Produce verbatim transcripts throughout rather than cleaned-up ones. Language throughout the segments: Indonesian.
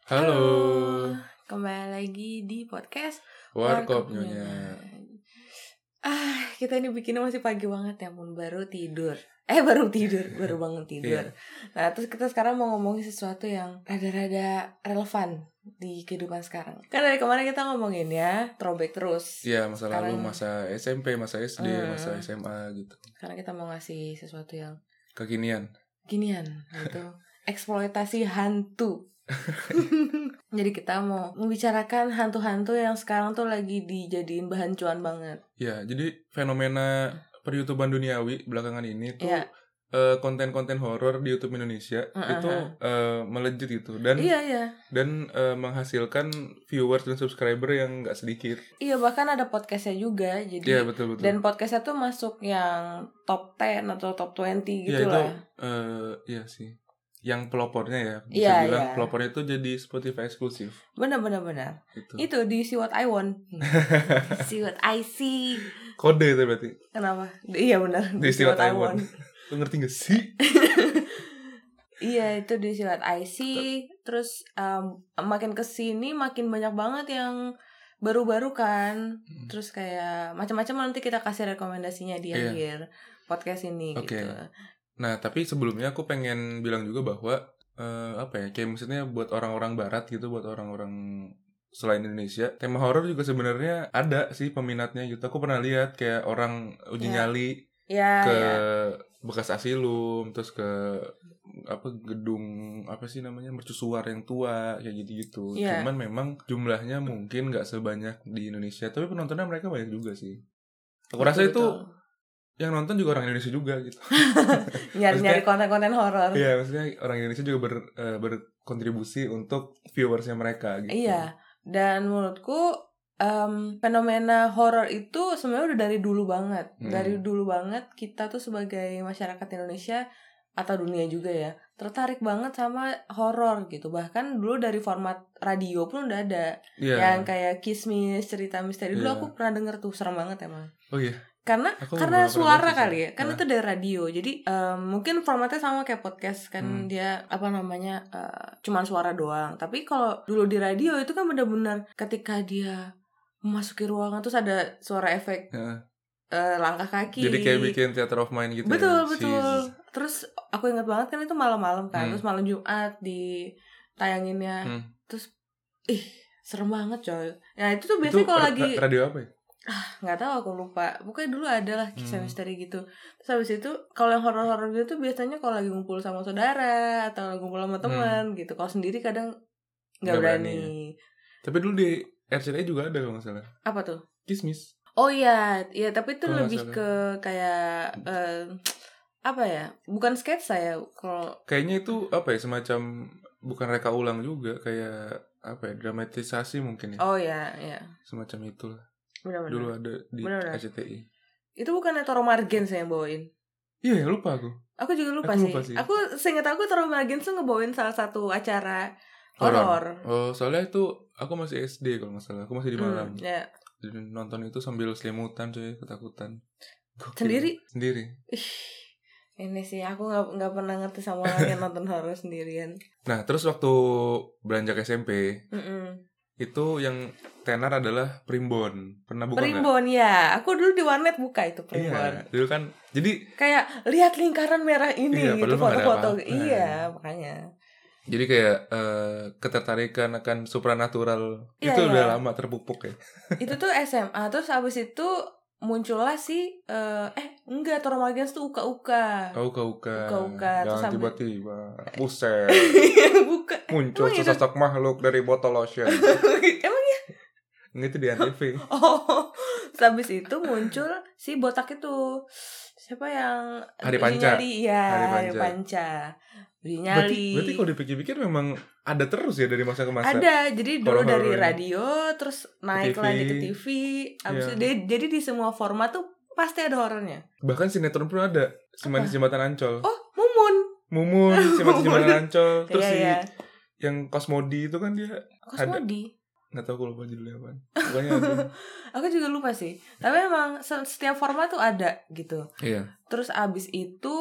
Halo, Halo, kembali lagi di podcast Warkop Warkop Nyonya. Nyonya. Ah, kita ini bikinnya masih pagi banget ya, pun baru tidur. Eh, baru tidur, baru bangun tidur. Iya. Nah, terus kita sekarang mau ngomongin sesuatu yang rada-rada relevan di kehidupan sekarang. Kan dari kemarin kita ngomongin ya, throwback terus. Iya, masa lalu, Sekarang- masa S M P, masa S D, Hmm. masa S M A gitu. Sekarang kita mau ngasih sesuatu yang Kekinian. ginian, gitu. Eksploitasi hantu. Jadi kita mau membicarakan hantu-hantu yang sekarang tuh lagi dijadiin bahan cuan banget. Ya, jadi fenomena per-YouTubean duniawi belakangan ini tuh Iya. eh, konten-konten horor di YouTube Indonesia Uh-uh. itu eh, melejit gitu dan Iya, iya. dan eh, menghasilkan viewers dan subscriber yang nggak sedikit. Iya, bahkan ada podcastnya juga. Jadi Iya, betul betul. dan podcastnya tuh masuk yang top sepuluh atau top dua puluh gitu Iya, itu lah. eh, iya sih. Yang pelopornya ya, bisa Iya, bilang iya. pelopornya itu jadi Spotify eksklusif. Benar benar benar. Gitu. Itu di See What I Want. See What I See. Kode itu berarti. Kenapa? Iya benar. Di See What I Want. Lu ngerti gak sih? Iya, itu di See What I See. Terus um, makin kesini makin banyak banget yang baru-baru kan. Hmm. Terus kayak macam-macam, nanti kita kasih rekomendasinya di Iya. akhir podcast ini. Oke. Gitu. Nah, tapi sebelumnya aku pengen bilang juga bahwa eh, apa ya, kayak maksudnya buat orang-orang barat gitu, buat orang-orang selain Indonesia, tema horor juga sebenarnya ada sih peminatnya gitu. Aku pernah lihat kayak orang uji Ya. nyali Ya, ke ya. bekas asilum, terus ke apa gedung apa sih namanya mercusuar yang tua kayak gitu-gitu. Iya. Cuman memang jumlahnya mungkin nggak sebanyak di Indonesia, tapi penontonnya mereka banyak juga sih. Aku rasa itu Betul. yang nonton juga orang Indonesia juga gitu. Nyari-nyari Maksudnya- konten-konten horor. Iya, maksudnya orang Indonesia juga ber, eh, berkontribusi untuk viewersnya mereka gitu. Iya. Dan menurutku um, fenomena horor itu sebenarnya udah dari dulu banget. Hmm. Dari dulu banget kita tuh sebagai masyarakat Indonesia atau dunia juga ya, tertarik banget sama horor gitu. Bahkan dulu dari format radio pun udah ada. Iya. Yang kayak kismis, cerita misteri. Dulu Iya. aku pernah denger tuh, serem banget emang. Oh iya. Karena Aku karena belum pernah suara baca sih. kali ya, kan Hah? itu dari radio. Jadi um, mungkin formatnya sama kayak podcast kan, Hmm. dia apa namanya uh, cuman suara doang. Tapi kalau dulu di radio itu kan benar-benar ketika dia memasuki ruangan terus ada suara efek Heeh. uh, langkah kaki. Jadi kayak bikin theater of mind gitu. Betul ya. betul. Jeez. Terus aku ingat banget kan itu malam-malam kan, Hmm. terus malam Jumat di tayanginnya. Hmm. Terus ih serem banget coy. Nah itu tuh biasanya Itu kalau ra- lagi ra- radio apa ya? nggak tahu, aku lupa. Pokoknya dulu ada lah kisah Hmm. misteri gitu. Terus habis itu kalau yang horor-horor gitu tuh biasanya kalau lagi ngumpul sama saudara atau lagi ngumpul sama teman gitu. Kalau sendiri kadang nggak Nggak berani. berani, Tapi dulu di R C T I juga ada kalau nggak salah. Apa tuh? Kismis. Oh iya, iya tapi itu Kalau nggak lebih salah. ke kayak eh, apa ya? Bukan sketsa ya kalau. Kayaknya itu apa ya, semacam bukan reka ulang juga, kayak apa ya, dramatisasi mungkin ya. Oh iya, iya. Semacam itulah. Benar-benar. Dulu ada di Benar-benar. R C T I. Itu bukannya Toro Margens yang bawain? Iya, lupa aku. Aku juga lupa, Aku sih. lupa sih. Aku seingat aku Toro Margens tuh ngebawain salah satu acara Horor. horor. Oh, soalnya itu aku masih S D kalau nggak salah. Aku masih di Malang. Hmm, ya. Jadi nonton itu sambil selimutan coy, ketakutan. Gokil. Sendiri? Sendiri. Ih, ini sih aku nggak nggak pernah ngerti sama orang yang nonton horor sendirian. Nah, terus waktu beranjak S M P, Mm-mm. itu yang tenar adalah Primbon. Pernah buka nggak? Primbon ya, aku dulu di warnet buka itu Primbon. Iya, dulu kan. Jadi Kayak lihat lingkaran merah ini Iya, gitu, padahal mah nggak ada foto-foto. apa-apa. Iya, makanya. jadi kayak eh, ketertarikan akan supranatural Iya, itu iya. udah lama terpupuk ya. Itu tuh S M A, terus abis itu muncullah si eh, eh enggak, Toro Margens tuh uka-uka. Oh, uka-uka. Uka-uka, terus Jangan sambil- tiba-tiba. Buset. Bukan. Muncul Emang itu? sesosok makhluk dari botol lotion. Emang Nggak, itu di Antv. oh, terus habis itu muncul si botak itu. Siapa yang Hari uji Panca. nyali? Iya, Hari Hari Panca. Panca. Uji Berarti, nyali. berarti kalau dipikir-pikir memang ada terus ya dari masa ke masa. Ada, jadi dulu Horor-horor dari ini. radio, terus naik T V. lagi ke T V, abis Iya. itu dia- jadi di semua format tuh pasti ada horornya. Bahkan sinetron pun ada. Si Manis Jembatan Ancol. Oh, Mumun. Mumun, si Manis Jembatan Ancol. Terus Iya, si iya. yang Kosmodi itu kan dia Kosmodi. nggak tahu aku lupa judulnya apa. Pokoknya ada. Aku juga lupa sih. Tapi emang se- setiap format tuh ada gitu. Iya. Terus abis itu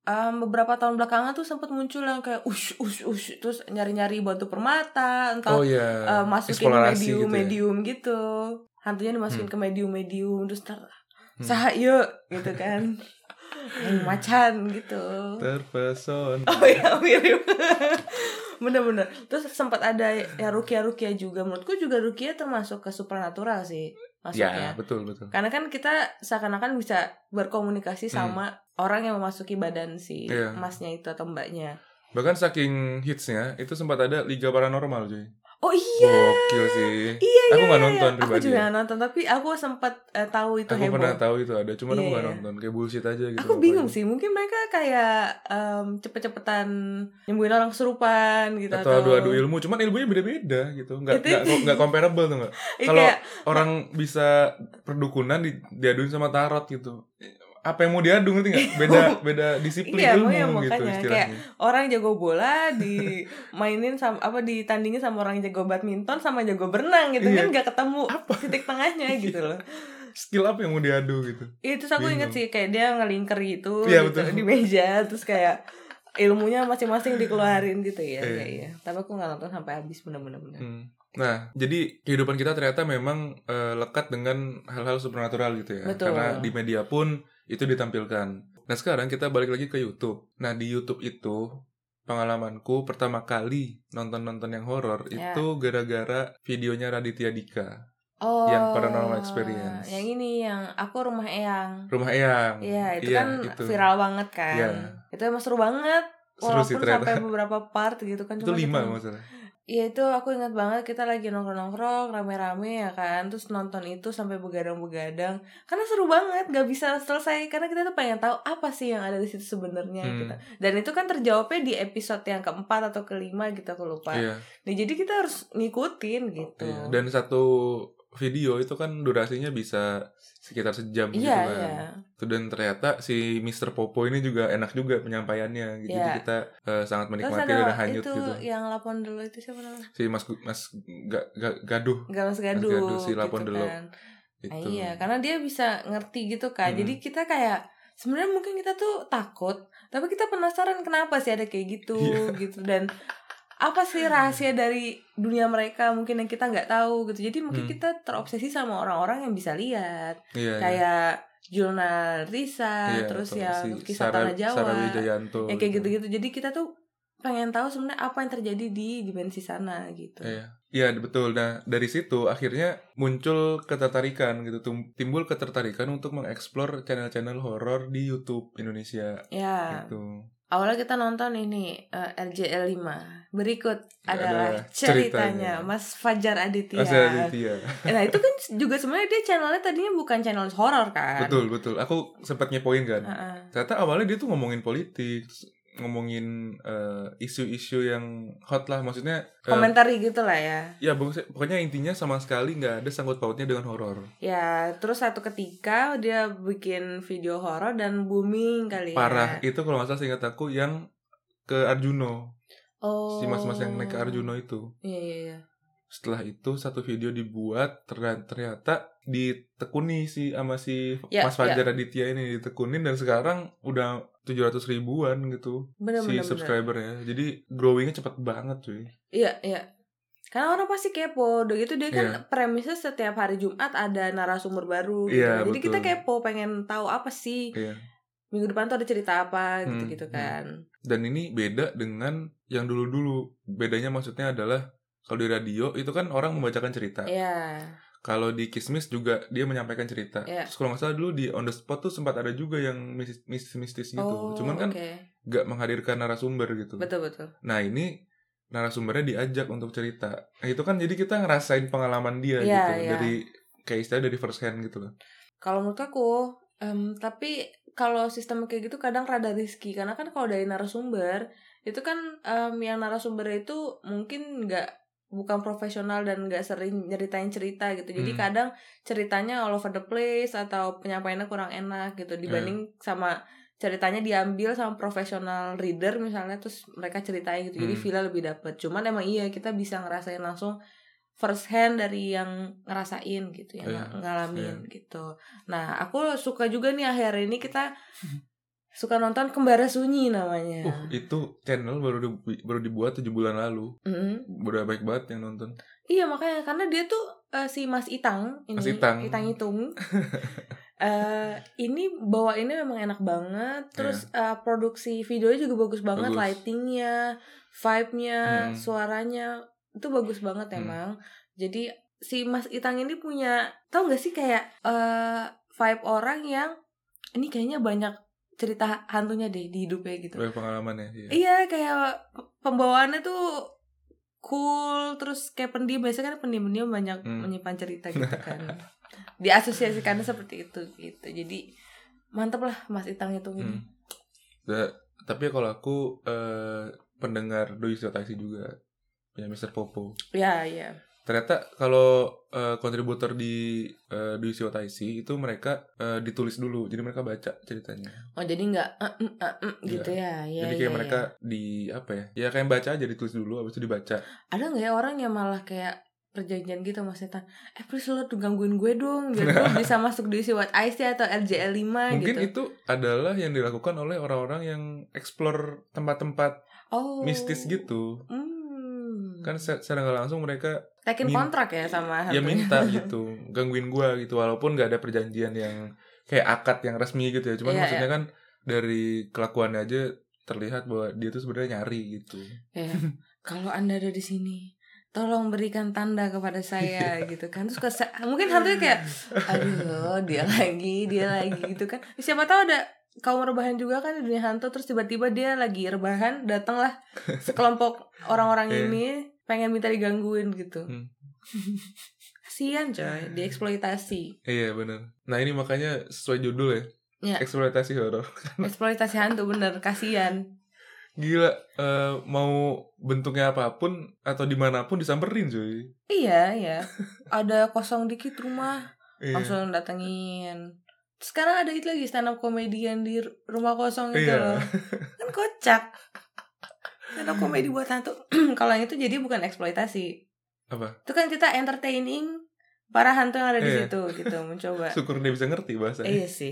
um, beberapa tahun belakangan tuh sempat muncul yang kayak ush ush ush terus nyari-nyari batu permata, entah Oh iya, uh, masukin eksplorasi gitu ya. medium-medium gitu. Hantunya dimasukin Hmm. ke medium-medium terus ter Hmm. sah yuk gitu kan. Yang macan gitu. Terpesona. Oh ya mirip. Bener-bener. Terus sempat ada ya rukia-rukia juga. Menurutku juga rukia termasuk ke supernatural sih masuknya. Ya betul betul. Karena kan kita seakan-akan bisa berkomunikasi Hmm. sama orang yang memasuki badan si Iya. masnya itu atau mbaknya. Bahkan saking hitsnya itu sempat ada Liga Paranormal cuy. Oh iya. Gokil sih. Iya, Aku iya, nggak iya. nonton Aku pribadi. juga ya. nggak nonton, tapi aku sempat eh, tahu itu Aku heboh. pernah tahu itu ada, cuman aku Iya, nggak iya. nonton. Kayak bullshit aja gitu. Aku bingung ngapain. sih, mungkin mereka kayak em, cepet-cepetan nyembuhin orang kesurupan gitu Atau atau adu-adu ilmu, cuman ilmunya beda-beda gitu. Nggak Itu- nggak nggak comparable tuh nggak. Iya, Kalau kayak- orang bisa perdukunan di, diaduin sama tarot gitu. Apa yang mau diadu ngerti nggak? Beda beda disiplin Iya, ilmu makanya, gitu makanya. istilahnya. orang jago bola dimainin sama apa ditandingin sama orang jago badminton sama jago berenang gitu Iya. kan nggak ketemu Apa? titik tengahnya gitu loh. Skill apa yang mau diadu gitu? Itu terus aku Bingung. inget sih kayak dia ngelingker gitu, Iya, gitu betul. di meja terus kayak ilmunya masing-masing dikeluarin gitu ya. Iya. Iya, iya. Tapi aku nggak nonton sampai habis bener-bener. Hmm. Nah, jadi kehidupan kita ternyata memang eh, lekat dengan hal-hal supernatural gitu ya. Betul. Karena di media pun itu ditampilkan. Nah, sekarang kita balik lagi ke YouTube. Nah, di YouTube itu pengalamanku pertama kali nonton-nonton yang horor Ya. itu gara-gara videonya Raditya Dika. Oh, Yang Paranormal Experience. Yang ini yang aku rumah Eyang. Rumah Eyang. Iya, itu Iya, kan itu. viral banget kan. Iya. Itu emang seru banget. Seru Walaupun sih ternyata. sampai beberapa part gitu kan. Itu cuma lima kita- masalah. Iya itu aku ingat banget kita lagi nongkrong-nongkrong rame-rame ya kan. Terus nonton itu sampai begadang-begadang. Karena seru banget, gak bisa selesai. Karena kita tuh pengen tahu apa sih yang ada di situ sebenarnya Hmm. gitu. Dan itu kan terjawabnya di episode yang keempat atau kelima gitu aku lupa. Iya. Nah jadi kita harus ngikutin gitu. Iya. Dan satu video itu kan durasinya bisa sekitar sejam gitu Iya, kan. iya. Tuh, dan ternyata si mister Popo ini juga enak juga penyampaiannya gitu. Iya. Jadi kita eh, sangat Terus menikmati ada dan hanyut itu gitu. yang Lapondelo itu siapa namanya? Si Mas Mas ga, ga, Gaduh Gak Mas Gaduh, Mas Gaduh, si gitu Lapondelo. kan. itu. Nah, iya, karena dia bisa ngerti gitu kan. Hmm. Jadi kita kayak sebenarnya mungkin kita tuh takut, tapi kita penasaran kenapa sih ada kayak gitu Iya. gitu dan apa sih rahasia dari dunia mereka mungkin yang kita nggak tahu gitu. Jadi mungkin Hmm. kita terobsesi sama orang-orang yang bisa lihat. Iya, iya. Kayak Julna Risa, Iya, terus atau yang si kisah Sarah- Tanah Jawa. Sarah Wijayanto Yang kayak gitu-gitu. Jadi kita tuh pengen tahu sebenarnya apa yang terjadi di dimensi sana gitu. Iya. Iya betul. Nah dari situ akhirnya muncul ketertarikan gitu, tum- timbul ketertarikan untuk mengeksplor channel-channel horor di YouTube Indonesia Ya. gitu. Awalnya kita nonton ini uh, R J L lima. Berikut adalah Adalah ceritanya, ceritanya. Mas Fajar Aditya. Mas Aditya. Nah itu kan juga sebenarnya dia channelnya tadinya bukan channel horor kan. Betul betul. Aku sempat ngepoin kan. Uh-uh. Ternyata awalnya dia tuh ngomongin politik, terus ngomongin eh, isu-isu yang hot lah. Maksudnya eh, Komentari gitu lah ya. ya pokoknya- pokoknya intinya sama sekali nggak ada sangkut pautnya dengan horor. Ya terus satu ketika dia bikin video horor dan booming kali ya. Parah itu kalau nggak salah seingat aku yang ke Arjuno. Oh. Si mas-mas yang naik ke Arjuno itu. Iya iya iya. Setelah itu satu video dibuat ter- ternyata ditekuni sih sama si Ya, Mas Fajar Aditya ini ditekunin dan sekarang udah tujuh ratus ribuan gitu Bener, si bener, subscribernya. Jadi growingnya cepet banget cuy. Iya iya. Karena orang pasti kepo, udah gitu dia kan Iya. premisnya setiap hari Jumat ada narasumber baru gitu. Iya, Jadi betul. kita kepo, pengen tahu apa sih Iya. minggu depan tuh ada cerita apa Hmm, gitu-gitu kan. Dan ini beda dengan yang dulu-dulu. Bedanya maksudnya adalah kalau di radio itu kan orang membacakan cerita. Iya. Kalau di Kismis juga dia menyampaikan cerita. Iya. Terus kalau nggak salah dulu di On The Spot tuh sempat ada juga yang mis- mistis-mistis gitu. Oh, Cuman kan oke. nggak menghadirkan narasumber gitu. Betul betul. Nah ini narasumbernya diajak untuk cerita. Nah itu kan jadi kita ngerasain pengalaman dia Iya, gitu. iya. Dari kayak istilah dari first hand gitu loh. Kalau menurut aku, em, tapi kalau sistem kayak gitu kadang rada risky karena kan kalau dari narasumber itu kan em, yang narasumber itu mungkin nggak bukan profesional dan nggak sering nyeritain cerita gitu. Jadi Hmm. kadang ceritanya all over the place atau penyampaiannya kurang enak gitu dibanding sama ceritanya diambil sama profesional reader misalnya terus mereka ceritain gitu. Jadi Hmm. feel lebih dapet. Cuman emang iya kita bisa ngerasain langsung first hand dari yang ngerasain gitu, yang Iya, ng- ngalamin gitu. Nah, aku suka juga nih akhir ini kita suka nonton Kembara Sunyi namanya. Uh, itu channel baru di, baru dibuat tujuh bulan lalu. Mm-hmm. Udah baik banget yang nonton. Iya makanya karena dia tuh uh, si Mas Itang ini, Mas Itang. Itang Itung. uh, ini bawainnya memang enak banget. Terus yeah. uh, produksi videonya juga bagus banget, bagus. Lightingnya, vibe-nya, hmm. suaranya itu bagus banget hmm. emang. Jadi si Mas Itang ini punya, tau gak sih kayak uh, vibe orang yang ini kayaknya banyak cerita hantunya deh di hidupnya gitu. Banyak pengalamannya. Iya, iya kayak pembawaannya tuh cool, terus kayak pendiam, biasanya kan pendiam-pendiam banyak hmm. menyimpan cerita gitu kan. Diasosiasikannya seperti itu gitu. Jadi mantep lah Mas Itang itu ini. Hmm. Da, tapi kalau aku uh, pendengar Doi Shiotaisi juga, ya mister Popo. Ya, ya. Ternyata kalau uh, kontributor di uh, Doi Shiotaisi itu mereka uh, ditulis dulu, jadi mereka baca ceritanya. Oh jadi nggak uh, uh, uh, uh, gitu ya? Ya jadi ya, kayak ya, mereka ya. di apa ya? Ya kayak baca aja, ditulis dulu, habis itu dibaca. Ada nggak ya orang yang malah kayak perjanjian gitu Mas Setan? Eh please lo tuh gangguin gue dong, biar gue bisa masuk di Shiotaisi atau R J L lima gitu. Mungkin itu adalah yang dilakukan oleh orang-orang yang explore tempat-tempat oh. mistis gitu. Hmm. Kan secara nggak langsung mereka takin kontrak ya sama hantunya. Ya minta gitu, gangguin gua gitu, walaupun nggak ada perjanjian yang kayak akad yang resmi gitu ya. Cuman yeah, maksudnya yeah. kan dari kelakuannya aja terlihat bahwa dia tuh sebenarnya nyari gitu. Yeah. Kalau Anda ada di sini, tolong berikan tanda kepada saya gitu kan. Terus kese- mungkin hantunya kayak aduh dia lagi, dia lagi gitu kan. Siapa tahu ada kaum rebahan juga kan di dunia hantu, terus tiba-tiba dia lagi rebahan, datanglah sekelompok orang-orang yeah. ini pengen minta digangguin gitu. Hmm. Kasian coy, dieksploitasi. Iya benar. Nah ini makanya sesuai judul ya, ya. Eksploitasi horor. Eksploitasi hantu bener, kasian. Gila, uh, mau bentuknya apapun atau dimanapun disamperin coy. Iya iya. Ada kosong dikit rumah, langsung datengin. Sekarang ada itu lagi stand up komedian di rumah kosong itu iya. loh. Kan kocak. Stand up komedi buat hantu. Kalau yang itu jadi bukan eksploitasi. Apa? Itu kan kita entertaining para hantu yang ada di iya. situ gitu, mencoba. Syukur dia bisa ngerti bahasanya. Iya sih.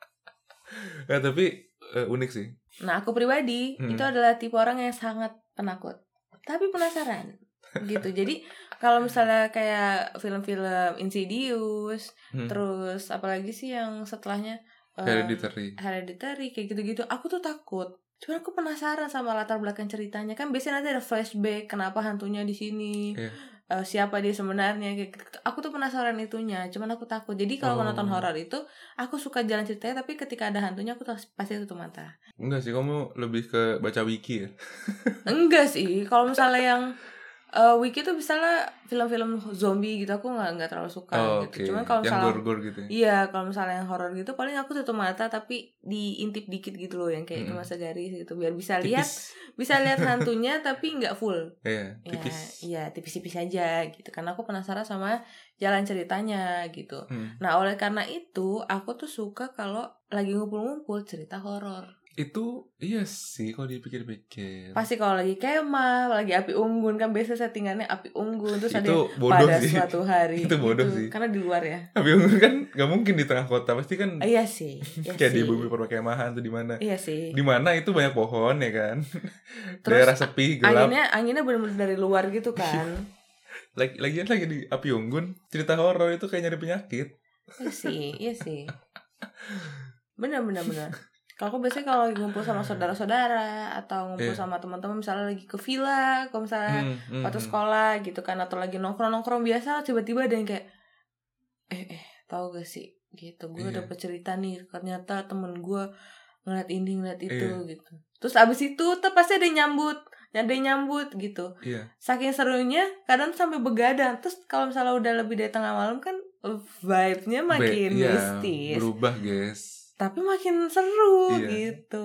Ya tapi uh, unik sih. Nah, aku pribadi hmm. itu adalah tipe orang yang sangat penakut. Tapi penasaran. Gitu. Jadi kalau misalnya kayak film-film Insidious, hmm. terus apalagi sih yang setelahnya uh, Hereditary. Hereditary kayak gitu-gitu, aku tuh takut. Cuma aku penasaran sama latar belakang ceritanya. Kan biasanya nanti ada flashback kenapa hantunya di sini. Yeah. Uh, siapa dia sebenarnya kayak gitu. Aku tuh penasaran itunya, cuman aku takut. Jadi kalau oh. nonton horor itu aku suka jalan ceritanya, tapi ketika ada hantunya aku pasti tutup mata. Enggak sih, kamu lebih ke baca wiki ya? Enggak sih, kalau misalnya yang Uh, wiki tuh misalnya film-film zombie gitu aku nggak nggak terlalu suka oh, gitu. Okay. Cuman kalau misalnya yang gore-gore gitu ya? Iya, kalau misalnya yang horor gitu paling aku tutup mata tapi diintip dikit gitu loh, yang kayak hmm. cuma segaris gitu biar bisa tipis. lihat bisa lihat hantunya tapi nggak full. Iya, tipis. Iya, tipis-tipis aja gitu. Karena aku penasaran sama jalan ceritanya gitu. Hmm. Nah, oleh karena itu aku tuh suka kalau lagi ngumpul-ngumpul cerita horor. Itu iya sih kalau dipikir-pikir. Pasti kalau lagi kemah, lagi api unggun kan biasa settingannya api unggun terus ada pada sih. suatu hari. Itu bodoh gitu. sih. Karena di luar ya. Api unggun kan nggak mungkin di tengah kota, pasti kan. Iya sih. Iya kayak sih. di bumi perkemahan tuh di mana? Iya sih. Di mana itu banyak pohon ya kan. Terus daerah sepi, gelap. Anginnya anginnya benar-benar dari luar gitu kan. lagi lagi lagi di api unggun, cerita horor itu kayak nyari penyakit. Iya sih, iya sih. Benar-benar benar. Kalau aku biasanya kalau lagi ngumpul sama saudara-saudara atau ngumpul yeah. sama teman-teman misalnya lagi ke villa, kalau misalnya hmm, hmm, waktu sekolah gitu kan, atau lagi nongkrong-nongkrong biasa, tiba-tiba ada yang kayak eh eh tahu gak sih gitu, gue yeah. dapet cerita nih, ternyata temen gue ngeliat ini ngeliat itu yeah. gitu. Terus abis itu tuh pasti ada yang nyambut, ada yang nyambut gitu. Yeah. Saking serunya kadang sampai begadang. Terus kalau misalnya udah lebih dari tengah malam kan vibe-nya makin Be- mistis. Yeah, berubah guys. Tapi makin seru iya. gitu.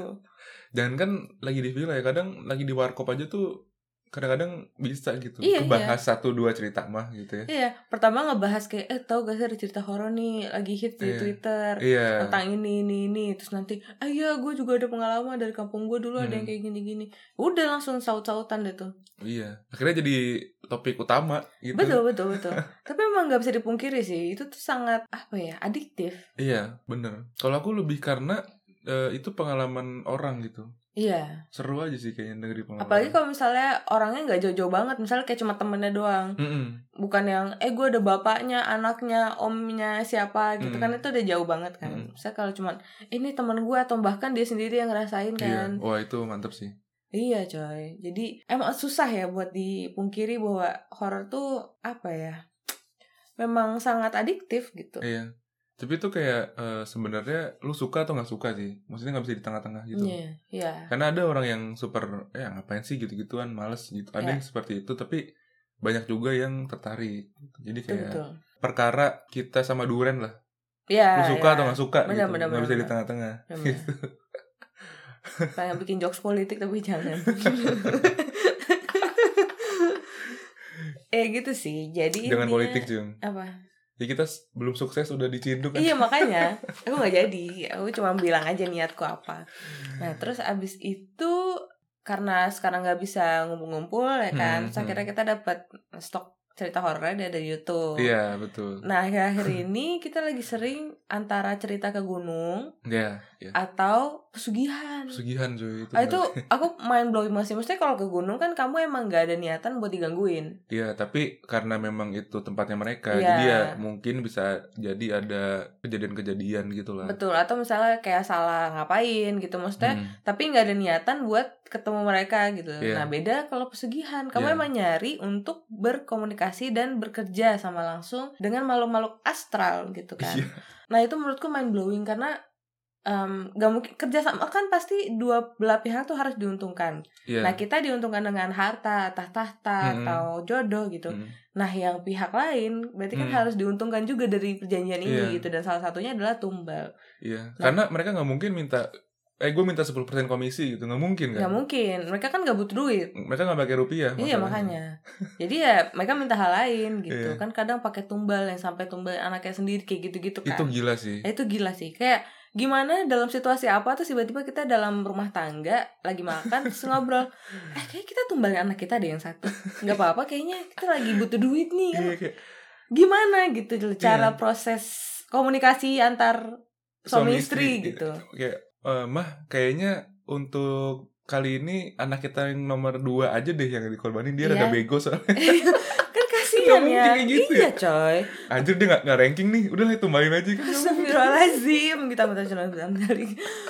Dan kan lagi di villa ya, kadang lagi di warkop aja tuh kadang-kadang bisa gitu iya, ngebahas iya. satu dua cerita mah gitu ya. Iya, pertama ngebahas kayak eh tau gak sih ada cerita horor nih lagi hit di iya. Twitter iya. tentang ini ini ini, terus nanti ah iya gue juga ada pengalaman dari kampung gue dulu hmm. ada yang kayak gini-gini. Udah langsung saut-sautan deh tuh. Iya, akhirnya jadi topik utama gitu. Betul betul betul. Tapi emang nggak bisa dipungkiri sih, itu tuh sangat apa ya, adiktif. Iya, bener. Kalau aku lebih karena uh, itu pengalaman orang gitu. Iya. Seru aja sih kayaknya dengerin pengalaman. Apalagi kalau misalnya orangnya nggak jauh-jauh banget, misalnya kayak cuma temennya doang, Mm-mm. bukan yang eh gue ada bapaknya, anaknya, omnya siapa gitu Mm-mm. kan, itu udah jauh banget kan. Mm-mm. Misalnya kalau cuma ini teman gue atau bahkan dia sendiri yang ngerasain kan. Iya, wah itu mantap sih. Iya coy, jadi emang susah ya buat dipungkiri bahwa horor tuh apa ya, memang sangat adiktif gitu. Iya. Tapi itu kayak uh, sebenarnya lu suka atau nggak suka sih, maksudnya nggak bisa di tengah-tengah gitu. Iya, iya. Karena ada orang yang super, ya ngapain sih gitu-gituan, males gitu. Ada Ya. yang seperti itu, tapi banyak juga yang tertarik. Jadi kayak Betul. perkara kita sama duren lah. Ya, lu suka ya. atau nggak suka benar, gitu, benar, nggak bisa benar. di tengah-tengah. Gitu. Pengen bikin jokes politik tapi jangan. eh gitu sih, jadi Jangan intinya, politik Jung. Apa? Ya kita belum sukses udah diciduk kan. Iya makanya aku nggak jadi, aku cuma bilang aja niatku apa. Nah terus abis itu karena sekarang nggak bisa ngumpul-ngumpul ya kan, Hmm, terus akhirnya kita dapat stok cerita horornya dari YouTube. Iya betul. Nah akhir-akhir ini kita lagi sering antara cerita ke gunung, Iya. Ya. atau pesugihan. Pesugihan cuy itu. Ah, itu aku mind blowing masih. Maksudnya kalau ke gunung kan kamu emang gak ada niatan buat digangguin. Iya, tapi karena memang itu tempatnya mereka, Iya. jadi ya mungkin bisa jadi ada kejadian-kejadian gitu lah. Betul, atau misalnya kayak salah ngapain gitu. Maksudnya Hmm. tapi gak ada niatan buat ketemu mereka gitu. Iya. Nah beda kalau pesugihan, kamu Iya. emang nyari untuk berkomunikasi dan bekerja sama langsung dengan makhluk-makhluk astral gitu kan. Iya. Nah itu menurutku mind blowing karena Um, gak mungkin kerja sama kan, pasti dua belah pihak tuh harus diuntungkan. Iya. Nah kita diuntungkan dengan harta, tahta-tahta, Mm-mm. atau jodoh gitu. Mm. Nah yang pihak lain berarti kan Mm. harus diuntungkan juga dari perjanjian ini Iya. gitu. Dan salah satunya adalah tumbal. Iya. Nah. Karena mereka nggak mungkin minta, eh gue minta sepuluh persen komisi gitu, nggak mungkin kan? Nggak mungkin, mereka kan gak butuh duit. Mereka nggak pakai rupiah. Iya masalahnya. makanya. Jadi ya mereka minta hal lain gitu. Iya. Kan kadang pakai tumbal yang sampai tumbal anaknya sendiri kayak gitu-gitu kan. Itu gila sih. Itu gila sih. Kayak gimana dalam situasi apa tuh tiba-tiba kita dalam rumah tangga lagi makan terus ngobrol, eh kayak kita tumbalin anak kita deh yang satu, nggak apa-apa kayaknya kita lagi butuh duit nih kan. Iya, kayak, Gimana gitu cara Iya. proses komunikasi antar suami istri gitu. Kayak eh, mah kayaknya untuk kali ini anak kita yang nomor dua aja deh yang dikorbanin, dia Iya. rada bego soalnya. Kan kasihan Nggak ya. mungkin kayak gitu Iya ya. coy. Anjir dia nggak nggak ranking nih, udah lah tumbalin aja kan. Astagfirullahaladzim. Kita minta dari.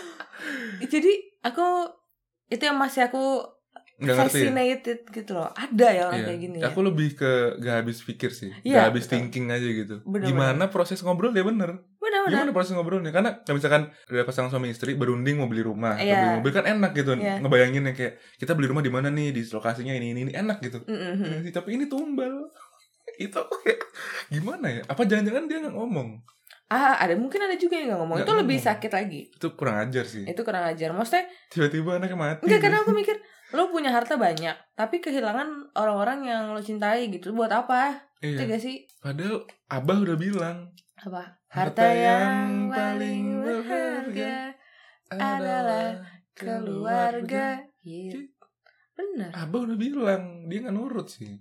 Jadi aku itu yang masih aku Nggak ngerti ya? fascinated gitu loh. Ada ya orang Iya. kayak gini ya. Aku lebih ke gak habis pikir sih, Iya, gak habis betul. thinking aja gitu. Bener-bener. Gimana proses ngobrol ya bener. Benar-benar. Gimana proses ngobrolnya? Karena kalau misalkan ada pasangan suami istri berunding mau beli rumah, atau Iya. beli mobil kan enak gitu. Iya. Ngebayangin yang kayak kita beli rumah di mana nih, di lokasinya ini ini ini enak gitu. Mm-mm. Tapi ini tumbal. Itu kayak gimana ya? Apa jangan-jangan dia nggak ngomong? Ah, ada mungkin ada juga yang nggak ngomong. Nggak Itu lebih ngomong. sakit lagi. Itu kurang ajar sih. Itu kurang ajar. Maksudnya Tiba-tiba anaknya mati. enggak, karena aku mikir lo punya harta banyak, tapi kehilangan orang-orang yang lo cintai gitu. Buat apa? Itu Iya. gak sih? Padahal Abah udah bilang Apa? Harta Harta yang yang paling paling berharga berharga adalah keluarga. Gitu. Bener. Abah udah bilang, dia nggak nurut sih.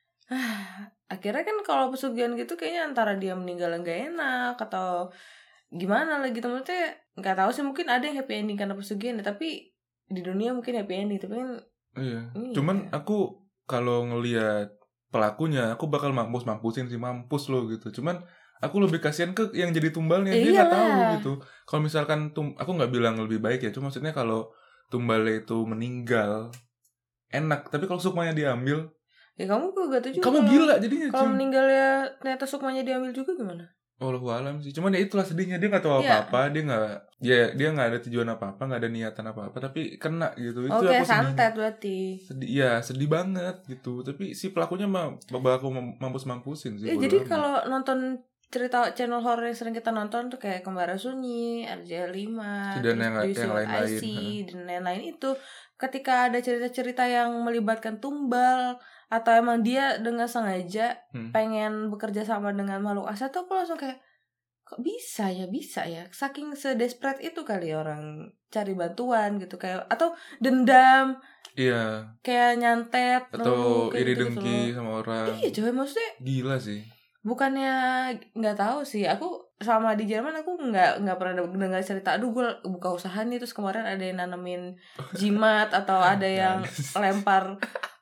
Akhirnya kan kalau pesugihan gitu kayaknya antara dia meninggal nggak enak atau gimana lah gitu. Maksudnya nggak tahu sih, mungkin ada yang happy ending karena pesugihan ya, tapi di dunia mungkin happy ending, tapi kan Iya. Iya. Cuman aku kalau ngelihat pelakunya, aku bakal mampus mampusin sih, mampus lo gitu. Cuman aku lebih kasihan ke yang jadi tumbalnya, Eh, dia nggak iyalah. tahu gitu. Kalau misalkan tum, aku nggak bilang lebih baik ya, cuma maksudnya kalau tumbalnya itu meninggal enak, tapi kalau sukmanya diambil, ya kamu gak tahu juga. kamu kalau- gila jadinya. Kalau Cum. meninggalnya ternyata sukmanya diambil juga gimana? Wallahu alam sih. Cuman ya itulah sedihnya, dia nggak tahu Iya. apa-apa, dia nggak, dia dia nggak ada tujuan apa-apa, nggak ada niatan apa-apa, tapi kena gitu. Itu Oh kayak aku sedih. santet berarti. Sedih, ya sedih banget gitu. Tapi si pelakunya mah bakal aku mampus-mampusin sih. Ya, bodo jadi amat. kalau nonton cerita channel horor yang sering kita nonton tuh kayak Kembara Sunyi, R J lima, Dan terus yang- Do You yang See What I lain-lain, See, dan lain-lain itu, ketika ada cerita-cerita yang melibatkan tumbal atau emang dia dengan sengaja Hmm. pengen bekerja sama dengan makhluk asal tuh aku langsung kayak, kok bisa ya, bisa ya, saking sedesperate itu kali orang cari bantuan gitu, kayak atau dendam, Iya. kayak nyantet Atau oh, kayak iri gitu dengki loh. sama orang. Iya coy, maksudnya Gila sih. bukannya nggak tahu sih, aku sama di Jerman aku nggak nggak pernah dengar cerita aduh gue buka usaha nih terus kemarin ada yang nanemin jimat atau ada yang lempar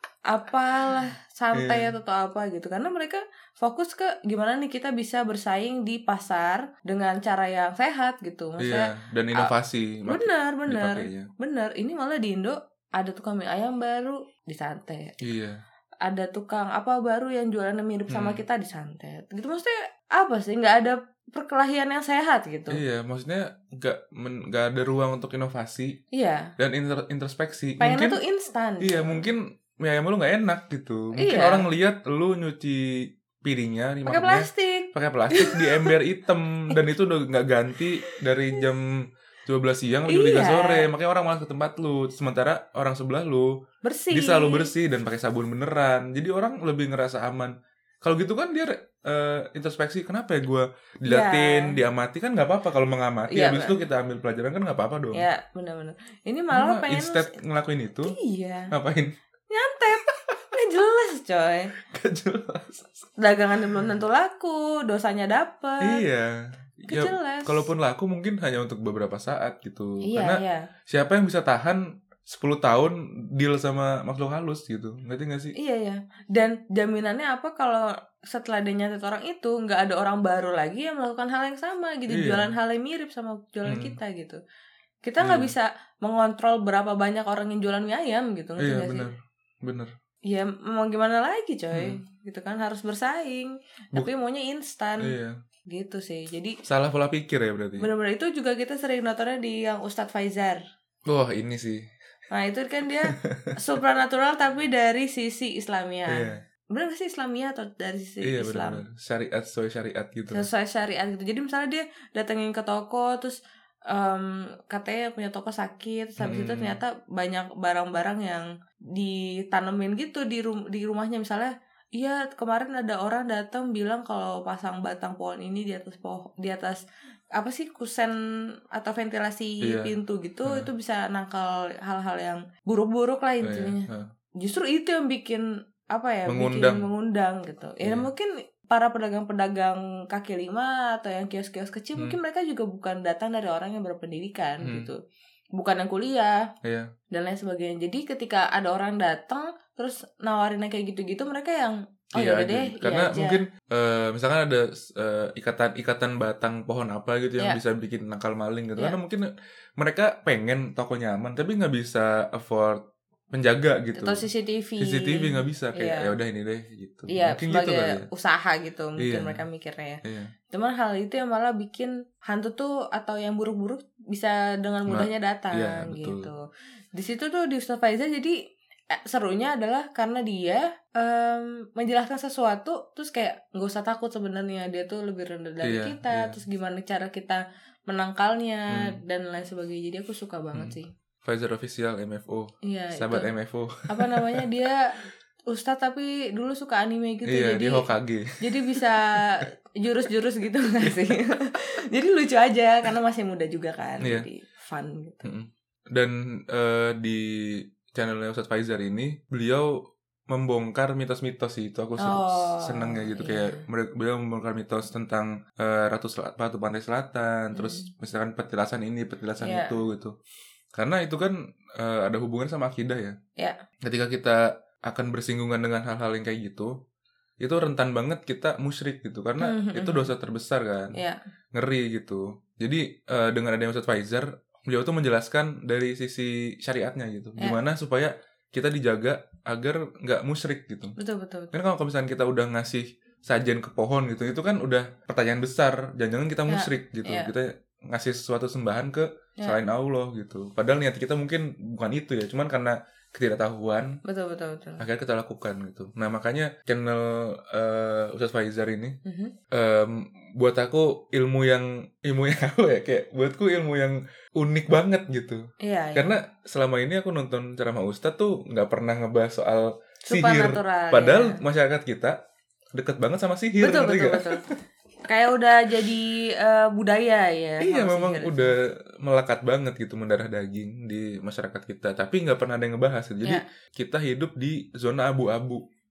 apalah santai Iya. atau apa gitu, karena mereka fokus ke gimana nih kita bisa bersaing di pasar dengan cara yang sehat gitu, maksudnya Iya, dan inovasi mak- benar benar dipakainya. benar. Ini malah di Indo ada tukang mie ayam baru disantet, Iya. ada tukang apa baru yang jualannya mirip sama Hmm. kita disantet gitu, maksudnya apa sih, nggak ada perkelahian yang sehat gitu. Iya, maksudnya nggak men- nggak ada ruang untuk inovasi Iya, dan inter- introspeksi. pengennya Mungkin tuh instan. iya, mungkin mie ayam lu nggak enak gitu. Mungkin Iya. orang lihat lu nyuci piringnya, pakai dimakannya plastik. pakai plastik di ember hitam dan itu udah nggak ganti dari jam dua belas siang sampai jam tiga Iya. sore. Makanya orang malas ke tempat lu. Sementara orang sebelah lu Bersih. dia selalu bersih dan pakai sabun beneran. Jadi orang lebih ngerasa aman. Kalau gitu kan dia eh, introspeksi, kenapa ya gue diliatin, Iya. diamati, kan nggak apa-apa kalau mengamati. Iya, Habis itu kita ambil pelajaran kan nggak apa-apa dong. Ya benar-benar. Ini Ini malah mah pengen instead ngelakuin itu, iya ngapain? nyantet. Nggak jelas coy. Gak jelas. Dagangan belum tentu laku, dosanya dapet. Iya. Gak Ya, jelas. kalaupun laku mungkin hanya untuk beberapa saat gitu. Iya Karena iya siapa yang bisa tahan sepuluh tahun deal sama makhluk halus gitu. Ngerti gak sih? iya ya. Dan jaminannya apa kalau setelah dia nyantet orang itu nggak ada orang baru lagi yang melakukan hal yang sama gitu, Iya. jualan hal yang mirip sama jualan Hmm. kita gitu. Kita nggak Iya. bisa mengontrol berapa banyak orang yang jualan mie ayam gitu, ngerti Iya, nggak bener. sih? Bener. Ya mau gimana lagi coy, Hmm. gitu kan, harus bersaing. Buk- Tapi maunya instan. Iya. Gitu sih. Jadi Salah pola pikir ya berarti. benar-benar itu juga kita sering nontonnya di yang Ustadz Faizar. Wah, ini sih. Nah itu kan dia supranatural tapi dari sisi Islamia. Iya. Bener gak sih Islamia atau dari sisi Iya, Islam? benar-benar. Syariat sesuai syariat gitu. Sesuai syariat gitu. Jadi misalnya dia datengin ke toko terus em, katanya punya toko sakit, terus habis Hmm. itu ternyata banyak barang-barang yang ditanemin gitu di rum- di rumahnya, misalnya iya kemarin ada orang datang bilang kalau pasang batang pohon ini di atas pohon di atas apa sih kusen atau ventilasi Iya. pintu gitu, Hmm. itu bisa nangkal hal-hal yang buruk-buruk lah Iya, intinya. iya. Justru itu yang bikin apa ya, Mengundang. bikin mengundang gitu. Ya Iya. mungkin para pedagang-pedagang kaki lima atau yang kios-kios kecil, Hmm. mungkin mereka juga bukan datang dari orang yang berpendidikan Hmm. gitu, bukan yang kuliah Iya. dan lain sebagainya. Jadi ketika ada orang datang terus nawarin yang kayak gitu-gitu, mereka yang oh Iya ya udah aja. deh, Karena iya aja. mungkin eh, misalkan ada eh, ikatan-ikatan batang pohon apa gitu yang Iya. bisa bikin nakal maling gitu. Iya. Karena mungkin mereka pengen toko nyaman tapi nggak bisa afford penjaga gitu. atau C C T V. C C T V nggak bisa, kayak Iya. ya udah ini deh gitu. Iya, Mungkin sebagai gitu kali ya. usaha gitu mungkin Iya. mereka mikirnya ya. Iya. Cuman hal itu yang malah bikin hantu tuh atau yang buruk-buruk bisa dengan Ma- mudahnya datang iya, betul. gitu. Di situ tuh di Ustadz Faizal jadi eh, serunya adalah karena dia em, menjelaskan sesuatu terus kayak nggak usah takut, sebenarnya dia tuh lebih rendah dari Iya, kita, iya. terus gimana cara kita menangkalnya Hmm. dan lain sebagainya. Jadi aku suka banget Hmm. sih. Pfizer official M F O. Iya, Sahabat itu. M F O. Apa namanya, dia Ustadz tapi dulu suka anime gitu, Iya, jadi dia Hokage. jadi bisa jurus-jurus gitu nggak sih? Jadi lucu aja karena masih muda juga kan, Iya. jadi fun gitu. Mm-mm. Dan eh, di channelnya Ustadz Faizar ini beliau membongkar mitos-mitos sih, itu aku se- Oh, seneng ya gitu, iya. kayak mere- beliau membongkar mitos tentang eh, Ratu Sel- Ratu Pantai Selatan, Hmm. terus misalkan petilasan ini, petilasan Iya. itu gitu. Karena itu kan eh, ada hubungan sama akidah ya. Iya. Ketika kita akan bersinggungan dengan hal-hal yang kayak gitu, itu rentan banget kita musyrik gitu, karena Hmm, itu hmm, dosa terbesar kan. Iya. Ngeri gitu. Jadi eh, dengan adanya Ustadz Faizar, beliau tuh menjelaskan dari sisi syariatnya gitu, Ya. gimana supaya kita dijaga agar nggak musyrik gitu. Betul betul betul. Kan kalau misalnya kita udah ngasih sajian ke pohon gitu, itu kan udah pertanyaan besar, jangan-jangan kita Ya, musyrik gitu, ya. kita ngasih sesuatu sembahan ke Ya. selain Allah gitu. Padahal niat kita mungkin bukan itu ya, cuman karena ketidaktahuan Betul betul betul. akhirnya kita lakukan gitu. Nah makanya channel uh, Ustadz Faizar ini Mhm. em, buat aku ilmu yang ilmu yang apa ya, kayak buatku ilmu yang unik banget gitu. Iya. iya. Karena selama ini aku nonton ceramah Ustadz tuh nggak pernah ngebahas soal sihir. Supernatural, Padahal ya. masyarakat kita deket banget sama sihir. betul ngerti betul nggak? betul. Kayak udah jadi eh, budaya ya. Iya kalau memang sihir itu. udah melekat banget gitu, mendarah daging di masyarakat kita. Tapi nggak pernah ada yang ngebahas gitu. Jadi Ya. kita hidup di zona abu-abu.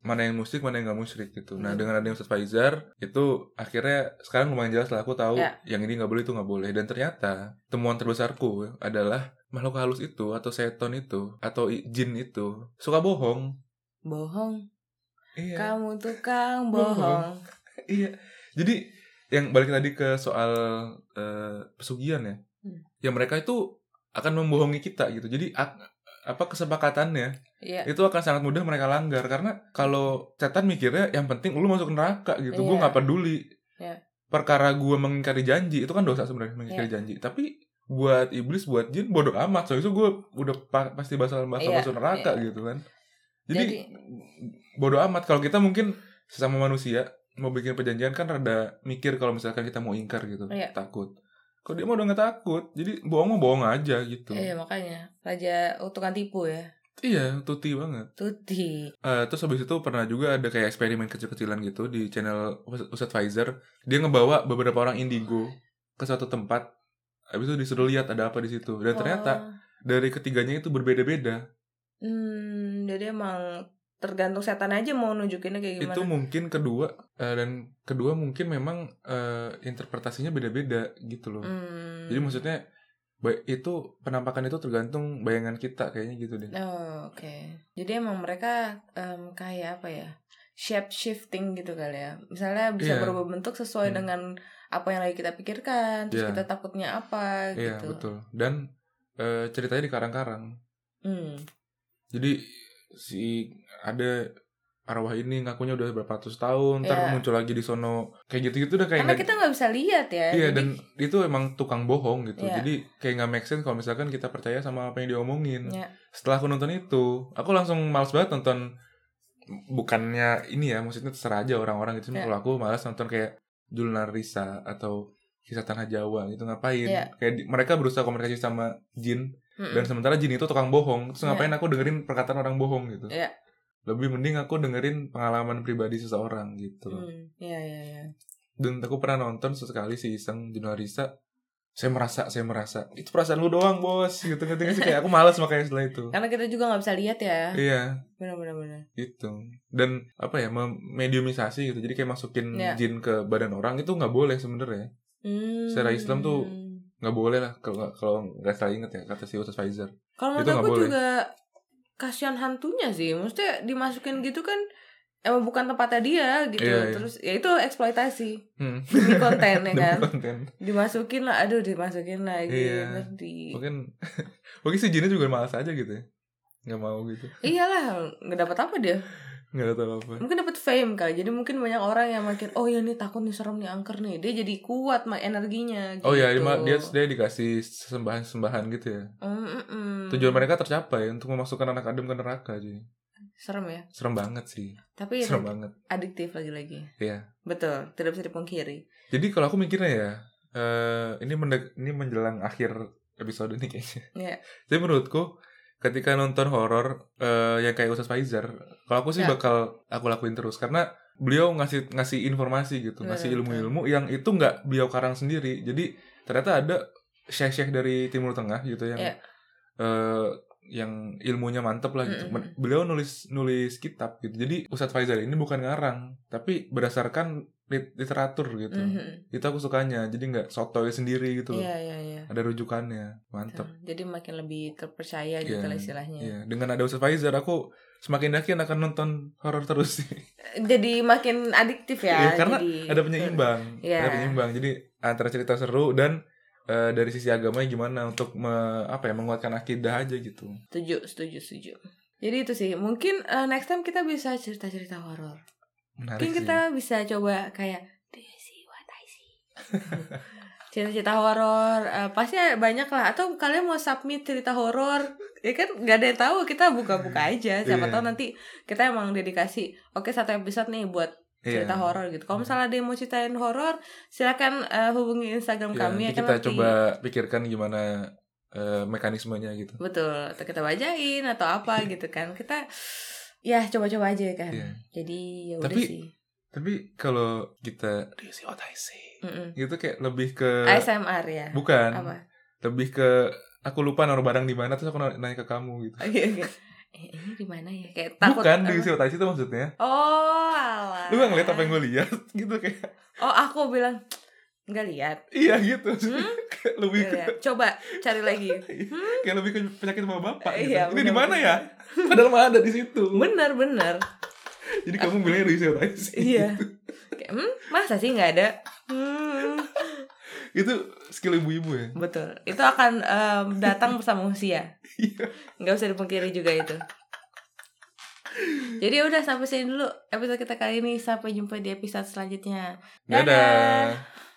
mana yang musyrik mana yang nggak musyrik gitu. Nah Hmm. dengan adanya Ustadz Faizar itu akhirnya sekarang lumayan jelas lah aku tahu Ya. yang ini nggak boleh itu nggak boleh. Dan ternyata temuan terbesarku adalah makhluk halus itu atau seton itu atau i- jin itu suka bohong. Bohong. Iya. Kamu tukang Bohong. bohong. Iya. Jadi yang balik tadi ke soal uh, pesugihan ya, Hmm. ya mereka itu akan membohongi kita gitu. Jadi ak- apa kesepakatannya Iya. itu akan sangat mudah mereka langgar karena kalau setan mikirnya yang penting lu masuk neraka gitu. Iya. Gue nggak peduli. Iya. Perkara gue mengingkari janji itu kan dosa sebenarnya mengingkari Iya. janji. Tapi buat iblis buat jin bodoh amat. Soalnya itu gue udah pa- pasti bakal bakal Iya. masuk neraka Iya. gitu kan. Jadi, Jadi- bodoh amat. Kalau kita mungkin sesama manusia mau bikin perjanjian kan rada mikir kalau misalkan kita mau ingkar gitu, Iya. takut. Kalau dia mah udah nggak takut, jadi bohong mau bohong aja gitu. Iya makanya raja tukang tipu ya. Iya, tuti banget. Tuti. Eh, terus habis itu pernah juga ada kayak eksperimen kecil-kecilan gitu di channel Ustadz Faizar. Dia ngebawa beberapa orang indigo ke suatu tempat. Habis itu disuruh lihat ada apa di situ. Dan ternyata Oh. dari ketiganya itu berbeda-beda. Hmm, jadi emang tergantung setan aja mau nunjukinnya kayak gimana. Itu mungkin kedua eh, dan kedua mungkin memang eh, interpretasinya beda-beda gitu loh. Hmm. Jadi maksudnya ba- itu penampakan itu tergantung bayangan kita kayaknya gitu deh. Oh, oke. Jadi emang mereka em, kayak apa ya? Shape shifting gitu kali ya. Misalnya bisa Iya. berubah bentuk sesuai Hmm. dengan apa yang lagi kita pikirkan, terus Iya. kita takutnya apa Iya, gitu. betul. Dan eh, ceritanya di karang-karang. Hmm. Jadi si ada arwah ini ngakunya udah berapa ratus tahun, ntar Iya. muncul lagi di sono kayak gitu-gitu udah kayak Karena nggak- kita nggak bisa lihat ya. iya jadi- dan itu emang tukang bohong gitu. Iya. Jadi kayak nggak make sense kalau misalkan kita percaya sama apa yang diomongin. Iya. Setelah aku nonton itu, aku langsung males banget nonton. Bukannya ini ya, maksudnya terserah aja orang-orang gitu. Iya. Kalau aku malas nonton kayak Julnar Risa atau Kisah Tanah Jawa gitu, ngapain? Iya. Kayak di- mereka berusaha komunikasi sama jin. Mm-mm. Dan sementara jin itu tukang bohong. Terus Iya. ngapain aku dengerin perkataan orang bohong gitu. Iya. Lebih mending aku dengerin pengalaman pribadi seseorang gitu. Hmm. Iya, iya, iya. Dan aku pernah nonton sesekali si Iseng Julnar Risa. Saya merasa, saya merasa. Itu perasaan lu doang bos. Gitu, ngerti nggak sih? Kayak aku malas makanya setelah itu. Karena kita juga nggak bisa lihat ya. Iya. Benar-benar benar. Gitu. Dan apa ya, mediumisasi gitu. Jadi kayak masukin Ya. jin ke badan orang itu nggak boleh sebenarnya. Hmm. Secara Islam tuh nggak boleh lah kalau kalau nggak salah inget ya kata si Ustadz Faizar. Kalau itu menurut nggak aku boleh. juga kasihan hantunya sih. Maksudnya dimasukin gitu kan emang bukan tempatnya dia gitu. Iya, iya. Terus ya itu eksploitasi Hmm. demi konten ya Demi kan. konten. Dimasukin lah, aduh dimasukin lagi. Iya. Terus di Mungkin mungkin si jinnya juga malas aja gitu ya. Nggak mau gitu. Iyalah, nggak dapat apa dia. Nggak ada tahu apa. Mungkin dapat fame kali. Jadi mungkin banyak orang yang makin oh ya nih takut nih serem nih angker nih. Dia jadi kuat mak energinya gitu. Oh iya, dia, ma- dia dia dikasih sembahan-sembahan gitu ya. Mm, mm, mm. Tujuan mereka tercapai untuk memasukkan anak Adam ke neraka cuy. Serem ya. Serem banget sih. Tapi Serem banget. adiktif lagi-lagi. Iya. Betul, tidak bisa dipungkiri. Jadi kalau aku mikirnya ya, eh ini mendek, ini menjelang akhir episode ini kayaknya. Iya. Jadi menurutku ketika nonton horor eh, yang kayak Ustadz Faizar, kalau aku sih Ya. bakal aku lakuin terus karena beliau ngasih ngasih informasi gitu, Betul, ngasih ilmu-ilmu yang itu nggak beliau karang sendiri. Jadi ternyata ada syekh-syekh dari Timur Tengah gitu yang Ya. eh, yang ilmunya mantep lah gitu. Mm-mm. Beliau nulis nulis kitab gitu. Jadi Ustadz Faizal ini bukan ngarang, tapi berdasarkan lit- literatur gitu. Mhm. Itu aku sukanya. Jadi nggak sotoy sendiri gitu. Iya, iya, iya. Ada rujukannya, mantep. Betul. Jadi makin lebih terpercaya gitu Iya, lah istilahnya. Iya, dengan ada Ustadz Faizal aku semakin yakin akan nonton horor terus. Jadi makin adiktif ya. Iya, karena jadi, ada penyeimbang, Iya. ada penyeimbang. Jadi antara cerita seru dan eh, dari sisi agamanya gimana untuk me- apa ya menguatkan akidah aja gitu. Setuju, setuju, setuju. Jadi itu sih. Mungkin uh, next time kita bisa cerita-cerita horor. Menarik Mungkin sih. kita bisa coba kayak Do you see what I see? Cerita-cerita horor uh, pasti banyak lah. Atau kalian mau submit cerita horor? Ya kan nggak ada yang tahu. Kita buka-buka aja. Siapa Iya. tahu nanti kita emang dedikasi. Oke satu episode nih buat cerita Iya. horor gitu. Kalau misalnya ada yang mau ceritain horor, silakan uh, hubungi Instagram Iya, kami. nanti Ya kan kita nanti. coba pikirkan gimana eh, mekanismenya gitu. Betul, atau kita bajain atau apa gitu kan. Kita ya coba-coba aja kan. Iya. Jadi ya udah Tapi- sih. Tapi kalau kita do you see what I see? Mm-mm. Gitu kayak lebih ke A S M R ya. bukan. Apa? Lebih ke aku lupa naruh barang di mana terus aku nanya ke kamu gitu. Oke oke. Eh, ini di mana ya? Kayak takut. Bukan di apa? hipnotis itu maksudnya. Oh, alah. Lu gak ngeliat apa yang gue lihat gitu kayak. Oh, aku bilang nggak lihat. Iya gitu. Hmm? Kayak lebih Nggak ke lihat. Coba cari lagi. Hmm? kayak lebih ke penyakit sama bapak gitu. Iya, Ini di mana benar-benar. ya? Padahal mah ada di situ. Bener bener. Jadi kamu bilangnya di hipnotis. Iya. Kayak, hmm, masa sih nggak ada? Hmm. Itu skill ibu-ibu ya. Betul. Itu akan um, datang bersama usia. Iya. Nggak usah dipungkiri juga itu. Jadi udah sampai sini dulu episode kita kali ini. Sampai jumpa di episode selanjutnya. Dadah.